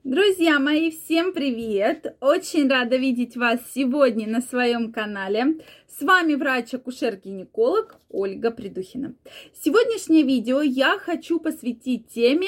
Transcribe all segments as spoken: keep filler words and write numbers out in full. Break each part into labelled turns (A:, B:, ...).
A: Друзья мои, всем привет! Очень рада видеть вас сегодня на своем канале. С вами врач-акушер-гинеколог Ольга Придухина. Сегодняшнее видео я хочу посвятить теме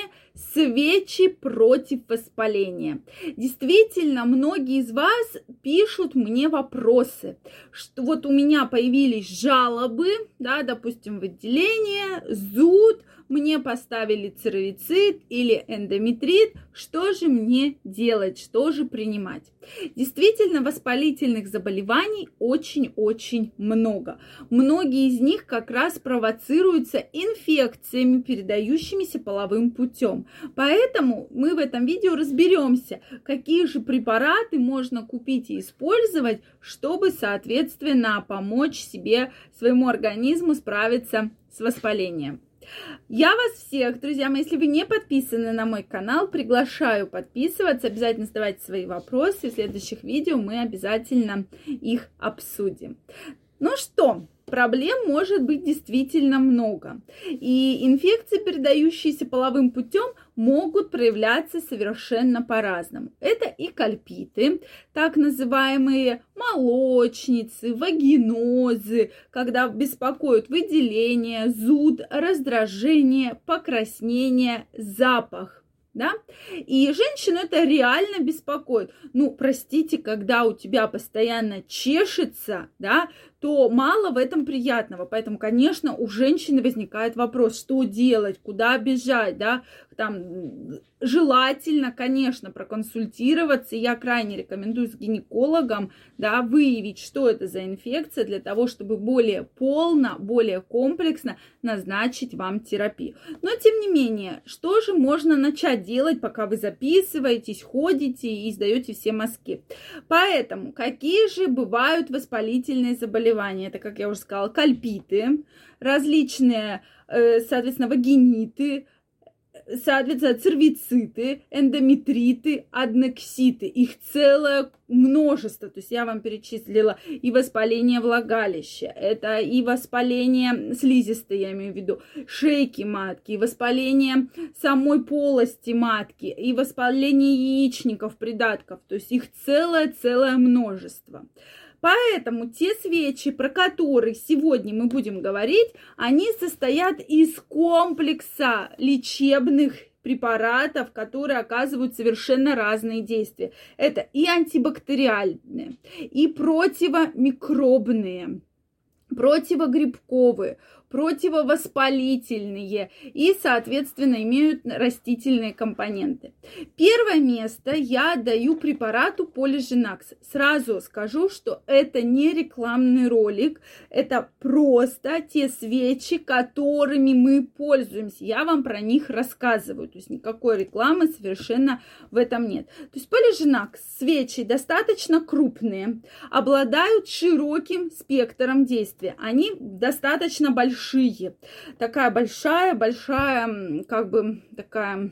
A: свечи против воспаления. Действительно, многие из вас пишут мне вопросы, что вот у меня появились жалобы, да, допустим, выделение, зуд, мне поставили цервицит или эндометрит, что же мне делать, что же принимать? Действительно, воспалительных заболеваний очень-очень много. Многие из них как раз провоцируются инфекциями, передающимися половым путем. Поэтому мы в этом видео разберемся, какие же препараты можно купить и использовать, чтобы, соответственно, помочь себе, своему организму справиться с воспалением. Я вас всех, друзья мои, если вы не подписаны на мой канал, приглашаю подписываться, обязательно задавайте свои вопросы, в следующих видео мы обязательно их обсудим. Ну что, проблем может быть действительно много, и инфекции, передающиеся половым путем, могут проявляться совершенно по-разному. Это и кальпиты, так называемые молочницы, вагинозы, когда беспокоят выделение, зуд, раздражение, покраснение, запах. Да? И женщину это реально беспокоит. Ну, простите, когда у тебя постоянно чешется, да, то мало в этом приятного. Поэтому, конечно, у женщины возникает вопрос, что делать, куда бежать, да, там желательно, конечно, проконсультироваться. Я крайне рекомендую с гинекологом, да, выявить, что это за инфекция, для того, чтобы более полно, более комплексно назначить вам терапию. Но, тем не менее, что же можно начать делать, пока вы записываетесь, ходите и сдаете все мазки? Поэтому, какие же бывают воспалительные заболевания? Это, как я уже сказала, кальпиты, различные, соответственно, вагиниты, соответственно, цервициты, эндометриты, аднекситы. Их целое множество. То есть я вам перечислила и воспаление влагалища, это и воспаление слизистой, я имею в виду, шейки матки, и воспаление самой полости матки, и воспаление яичников, придатков. То есть их целое-целое множество. Поэтому те свечи, про которые сегодня мы будем говорить, они состоят из комплекса лечебных препаратов, которые оказывают совершенно разные действия. Это и антибактериальные, и противомикробные, противогрибковые, противовоспалительные и, соответственно, имеют растительные компоненты. Первое место я даю препарату Полиженакс. Сразу скажу, что это не рекламный ролик, это просто те свечи, которыми мы пользуемся. Я вам про них рассказываю, то есть никакой рекламы совершенно в этом нет. То есть Полиженакс свечи достаточно крупные, обладают широким спектром действия. Они достаточно большие. Такая большая-большая, как бы такая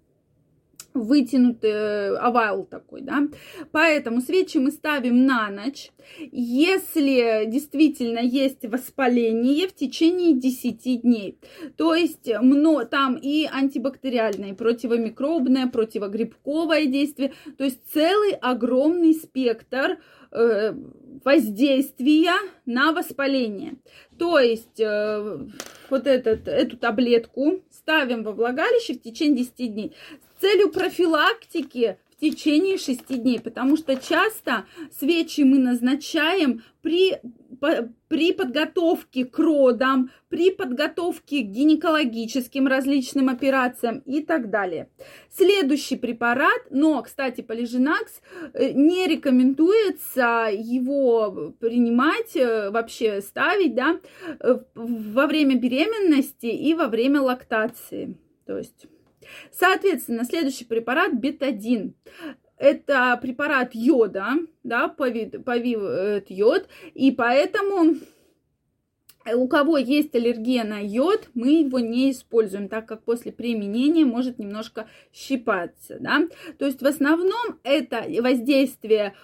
A: вытянутый овал такой, да. Поэтому свечи мы ставим на ночь. Если действительно есть воспаление, в течение десяти дней. То есть но, там и антибактериальное, и противомикробное, противогрибковое действие. То есть целый огромный спектр э, воздействия на воспаление. То есть э, вот этот, эту таблетку ставим во влагалище в течение десяти дней с целью профилактики в течение шести дней, потому что часто свечи мы назначаем при, по, при подготовке к родам, при подготовке к гинекологическим различным операциям и так далее. Следующий препарат, но, кстати, Полиженакс, не рекомендуется его принимать, вообще ставить, да, во время беременности и во время лактации. То есть, соответственно, следующий препарат бетадин. Это препарат йода, да, повид, повид йод, и поэтому У кого есть аллергия на йод, мы его не используем, так как после применения может немножко щипаться, да. То есть в основном это воздействие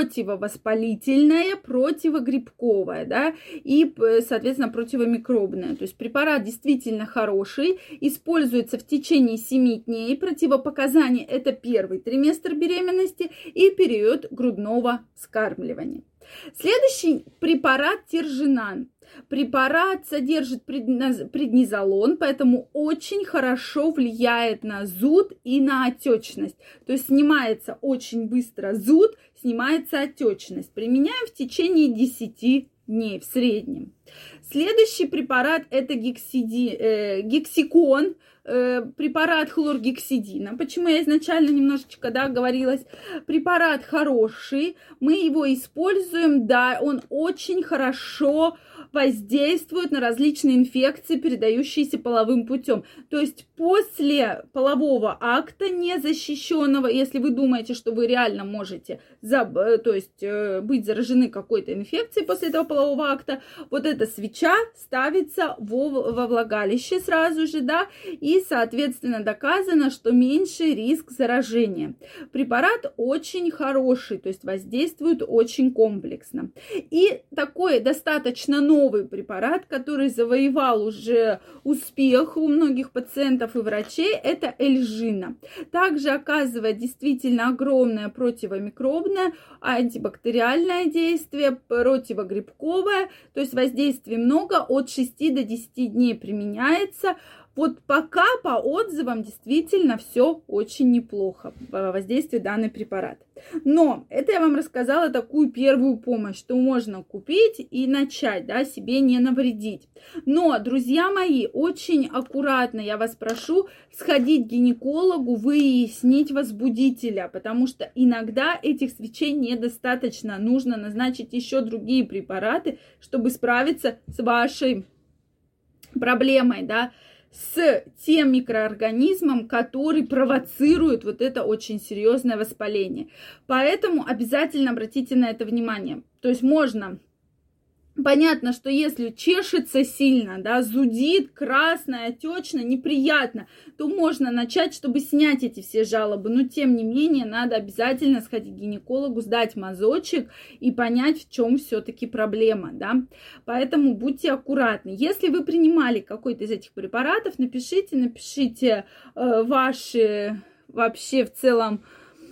A: противовоспалительное, противогрибковое, да, и, соответственно, противомикробное. То есть препарат действительно хороший, используется в течение семи дней. Противопоказания – это первый триместр беременности и период грудного вскармливания. Следующий препарат Тиржинан. Препарат содержит преднизолон, поэтому очень хорошо влияет на зуд и на отечность. То есть снимается очень быстро зуд, снимается отечность. Применяем в течение десяти дней в среднем. Следующий препарат это гексиди, э, гексикон, э, препарат хлоргексидина. Почему я изначально немножечко, да, говорилась, препарат хороший, мы его используем, да, он очень хорошо воздействует на различные инфекции, передающиеся половым путем. То есть после полового акта незащищенного, если вы думаете, что вы реально можете заб... то есть, быть заражены какой-то инфекцией после этого полового акта, вот эта свеча ставится во, во влагалище сразу же, да, и, соответственно, доказано, что меньший риск заражения. Препарат очень хороший, то есть воздействует очень комплексно. И такой достаточно новый препарат, который завоевал уже успех у многих пациентов и врачей, это Эльжина. Также оказывает действительно огромное противомикробное, антибактериальное действие, противогрибковое, то есть воздействий много, от шести до десяти дней применяется. Вот пока по отзывам действительно все очень неплохо, воздействие данный препарат. Но это я вам рассказала такую первую помощь, что можно купить и начать, да, себе не навредить. Но, друзья мои, очень аккуратно я вас прошу сходить к гинекологу, выяснить возбудителя, потому что иногда этих свечей недостаточно. Нужно назначить еще другие препараты, чтобы справиться с вашей проблемой, да, с тем микроорганизмом, который провоцирует вот это очень серьезное воспаление. Поэтому обязательно обратите на это внимание. То есть можно... Понятно, что если чешется сильно, да, зудит, красное, отечно, неприятно, то можно начать, чтобы снять эти все жалобы. Но, тем не менее, надо обязательно сходить к гинекологу, сдать мазочек и понять, в чем все-таки проблема, да. Поэтому будьте аккуратны. Если вы принимали какой-то из этих препаратов, напишите, напишите э, ваши вообще в целом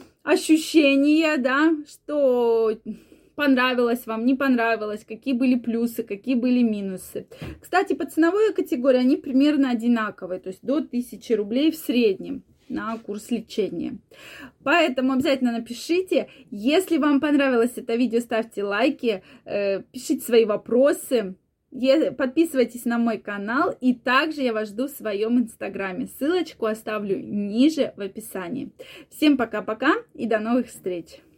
A: ощущения, да, что... понравилось вам, не понравилось, какие были плюсы, какие были минусы. Кстати, по ценовой категории они примерно одинаковые, то есть до тысячи рублей в среднем на курс лечения. Поэтому обязательно напишите. Если вам понравилось это видео, ставьте лайки, э, пишите свои вопросы, подписывайтесь на мой канал, и также я вас жду в своем инстаграме. Ссылочку оставлю ниже в описании. Всем пока-пока и до новых встреч!